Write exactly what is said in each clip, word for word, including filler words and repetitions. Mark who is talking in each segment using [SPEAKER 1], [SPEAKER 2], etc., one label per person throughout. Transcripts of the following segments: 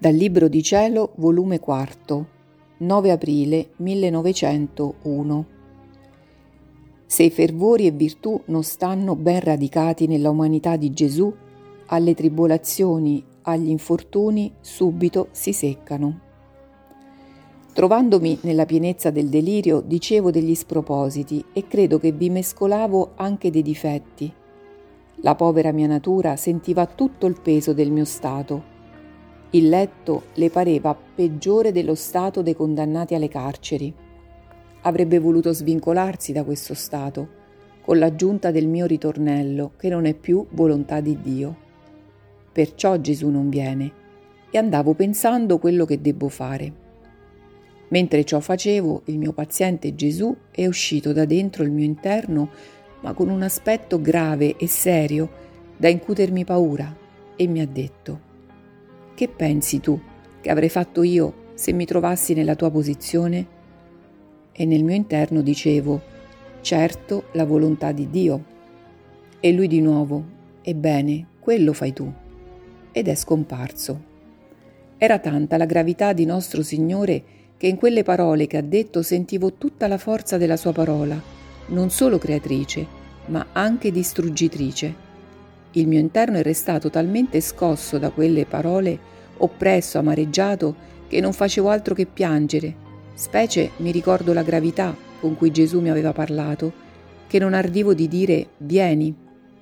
[SPEAKER 1] Dal Libro di Cielo, volume quarto, nove aprile millenovecentouno. Se i fervori e virtù non stanno ben radicati nella umanità di Gesù, alle tribolazioni, agli infortuni subito si seccano. Trovandomi nella pienezza del delirio, dicevo degli spropositi e credo che vi mescolavo anche dei difetti. La povera mia natura sentiva tutto il peso del mio stato. Il letto le pareva peggiore dello stato dei condannati alle carceri. Avrebbe voluto svincolarsi da questo stato, con l'aggiunta del mio ritornello, che non è più volontà di Dio. Perciò Gesù non viene, e andavo pensando quello che debbo fare. Mentre ciò facevo, il mio paziente Gesù è uscito da dentro il mio interno, ma con un aspetto grave e serio, da incutermi paura, e mi ha detto: «Che pensi tu che avrei fatto io se mi trovassi nella tua posizione?» E nel mio interno dicevo: «Certo, la volontà di Dio». E lui di nuovo: «Ebbene, quello fai tu». Ed è scomparso. Era tanta la gravità di nostro Signore che in quelle parole che ha detto sentivo tutta la forza della sua parola, non solo creatrice, ma anche distruggitrice. Il mio interno è restato talmente scosso da quelle parole, oppresso, amareggiato, che non facevo altro che piangere, specie mi ricordo la gravità con cui Gesù mi aveva parlato, che non ardivo di dire «vieni».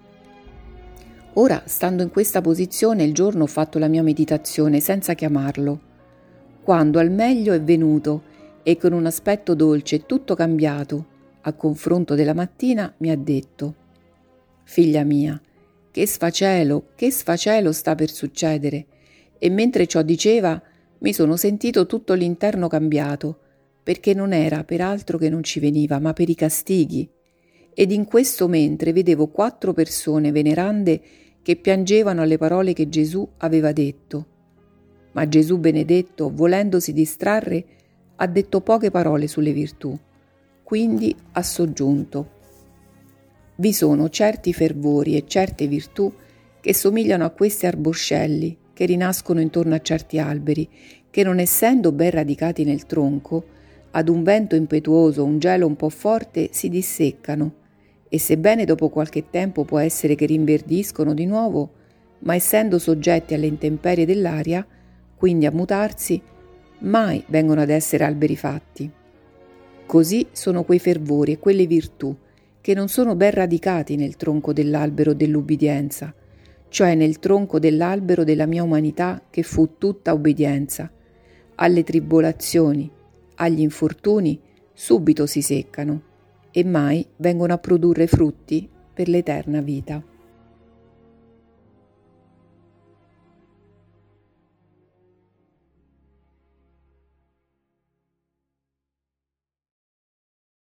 [SPEAKER 1] Ora, stando in questa posizione, il giorno ho fatto la mia meditazione senza chiamarlo. Quando al meglio è venuto e con un aspetto dolce e tutto cambiato, a confronto della mattina, mi ha detto: «Figlia mia, che sfacelo, che sfacelo sta per succedere». E mentre ciò diceva, mi sono sentito tutto l'interno cambiato, perché non era per altro che non ci veniva, ma per i castighi. Ed in questo mentre vedevo quattro persone venerande che piangevano alle parole che Gesù aveva detto. Ma Gesù benedetto, volendosi distrarre, ha detto poche parole sulle virtù. Quindi ha soggiunto: «Vi sono certi fervori e certe virtù che somigliano a questi arboscelli che rinascono intorno a certi alberi, che non essendo ben radicati nel tronco, ad un vento impetuoso o un gelo un po' forte si disseccano, e sebbene dopo qualche tempo può essere che rinverdiscono di nuovo, ma essendo soggetti alle intemperie dell'aria, quindi a mutarsi, mai vengono ad essere alberi fatti. Così sono quei fervori e quelle virtù che non sono ben radicati nel tronco dell'albero dell'ubbidienza, cioè nel tronco dell'albero della mia umanità che fu tutta obbedienza. Alle tribolazioni, agli infortuni subito si seccano e mai vengono a produrre frutti per l'eterna vita».